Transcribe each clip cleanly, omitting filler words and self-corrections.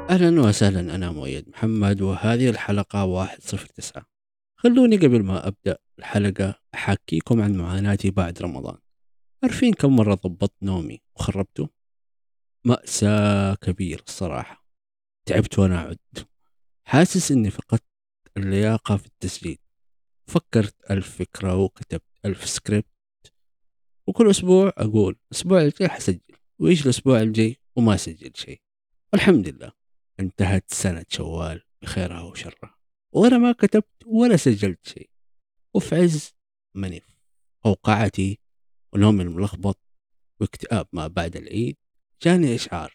أهلا وسهلا، أنا مؤيد محمد وهذه الحلقة 109. خلوني قبل ما أبدأ الحلقة أحكيكم عن معاناتي بعد رمضان. عارفين كم مرة ضبطت نومي وخربته؟ مأساة كبيرة الصراحة. تعبت وأنا أعد، حاسس إني فقدت اللياقة في التسجيل. فكرت 1000 فكرة وكتبت 1000 سكريبت، وكل أسبوع أقول الأسبوع الجاي حسجل، ويجي الأسبوع الجاي وما سجل شيء. والحمد لله انتهت سنة شوال بخيرها وشرها وأنا ما كتبت ولا سجلت شيء. وفي عز مني في قوقعتي ونومي الملخبط واكتئاب ما بعد العيد، جاني إشعار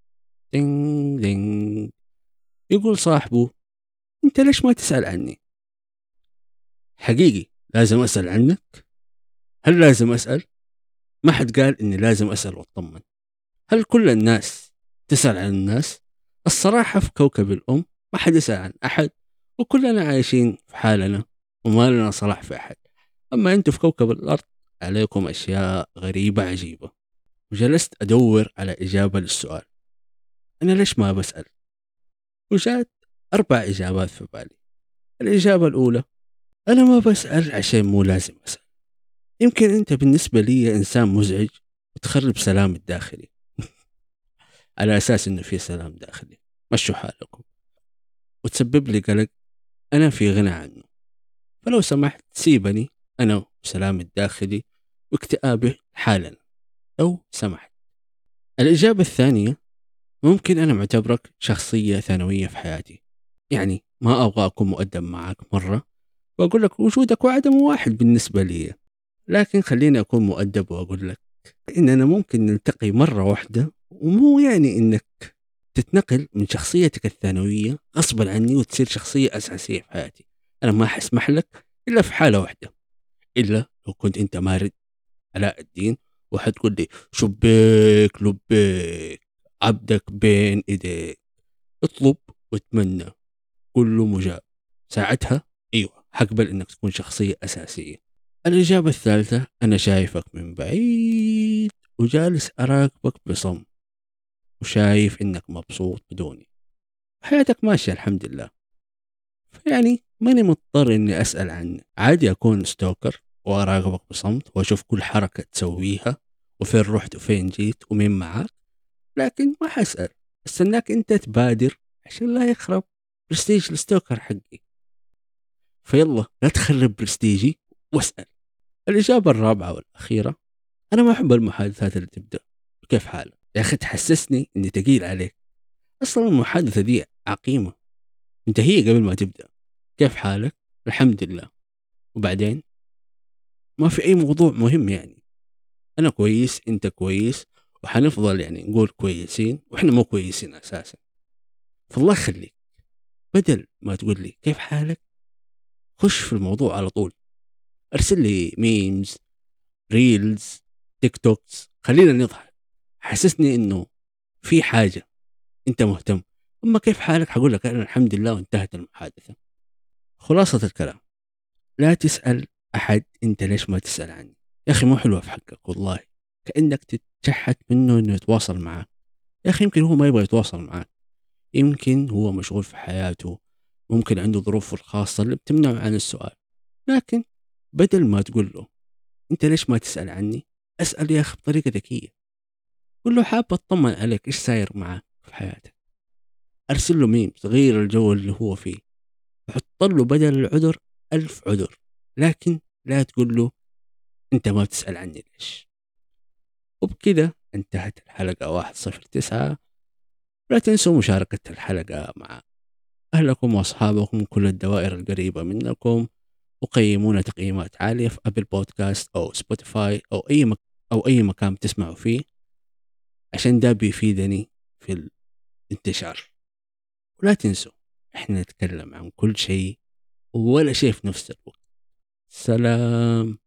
دينج دينج، يقول صاحبه: أنت ليش ما تسأل عني؟ حقيقي لازم أسأل عنك؟ هل لازم أسأل؟ ما حد قال إني لازم أسأل وأطمن. هل كل الناس تسأل عن الناس؟ الصراحة في كوكب الأم ما حد يسأل عن أحد، وكلنا عايشين في حالنا وما لنا صلاح في أحد. أما أنتوا في كوكب الأرض عليكم أشياء غريبة عجيبة. وجلست أدور على إجابة للسؤال: أنا ليش ما بسأل؟ وجات 4 إجابات في بالي. الإجابة الأولى: أنا ما بسأل عشان مو لازم أسأل. يمكن أنت بالنسبة لي إنسان مزعج وتخرب سلام الداخلي على أساس إنه في سلام داخلي، مشوا حالكم، وتسبب لي قلق أنا في غنى عنه. فلو سمحت سيبني أنا وسلامي الداخلي واكتئابي حالا لو سمحت. الإجابة الثانية: ممكن أنا معتبرك شخصية ثانوية في حياتي، يعني ما أبغى أكون مؤدب معك مرة وأقول لك وجودك وعدم واحد بالنسبة لي، لكن خليني أكون مؤدب وأقول لك إننا ممكن نلتقي مرة واحدة، ومو يعني إنك تتنقل من شخصيتك الثانوية غصبا عني وتصير شخصية أساسية في حياتي. أنا ما حسمح لك إلا في حالة واحدة، إلا لو كنت أنت مارد علاء الدين وحتقول لي شبيك لبيك عبدك بين إيديك، اطلب واتمنى كله مجاب. ساعتها أيوة حقبل إنك تكون شخصية أساسية. الإجابة الثالثة: أنا شايفك من بعيد وجالس أراقبك بصمت وشايف إنك مبسوط بدوني، حياتك ماشية الحمد لله، يعني ماني مضطر إني أسأل عنك. عادي أكون ستوكر وأراقبك بصمت وأشوف كل حركة تسويها وفين رحت وفين جيت ومين معاك، لكن ما حسأل. استناك أنت تبادر عشان لا يخرب برستيج الستوكر حقي. فيلا لا تخرب برستيجي واسأل. الإجابة الرابعة والأخيرة: أنا ما أحب المحادثات اللي تبدأ كيف حالك يا أخي، تحسسني إني تقيل عليك. أصلا المحادثة دي عقيمة، انت هي قبل ما تبدأ كيف حالك؟ الحمد لله. وبعدين ما في أي موضوع مهم، يعني أنا كويس أنت كويس وحنفضل يعني نقول كويسين وإحنا مو كويسين أساسا. فالله يخليك بدل ما تقول لي كيف حالك خش في الموضوع على طول، أرسل لي ميمز، ريلز، تيك توكس، خلينا نضحك، حسسني إنه في حاجة أنت مهتم. أما كيف حالك حقول لك أنا الحمد لله وانتهت المحادثة. خلاصة الكلام: لا تسأل أحد أنت ليش ما تسأل عني. يا أخي مو حلوة في حقك والله، كأنك تتشحت منه إنه يتواصل معك. يا أخي يمكن هو ما يبغى يتواصل معك، يمكن هو مشغول في حياته، ممكن عنده ظروفه الخاصة اللي بتمنعه عن السؤال. لكن بدل ما تقول له أنت ليش ما تسأل عني، أسأل يا أخي بطريقة ذكية. قل له حاب أطمن عليك إيش ساير معك في حياتك. أرسل له ميم تغير الجو اللي هو فيه، وحط له بدل العذر 1000 عذر، لكن لا تقول له أنت ما بتسأل عني ليش. وبكذا انتهت الحلقة 109. لا تنسوا مشاركة الحلقة مع أهلكم وأصحابكم كل الدوائر القريبة منكم، وقيمونا تقييمات عالية في أبل بودكاست أو سبوتيفاي أو أي مكان بتسمعوا فيه، عشان ده بيفيدني في الانتشار. ولا تنسوا إحنا نتكلم عن كل شيء ولا شيء في نفس الوقت. سلام.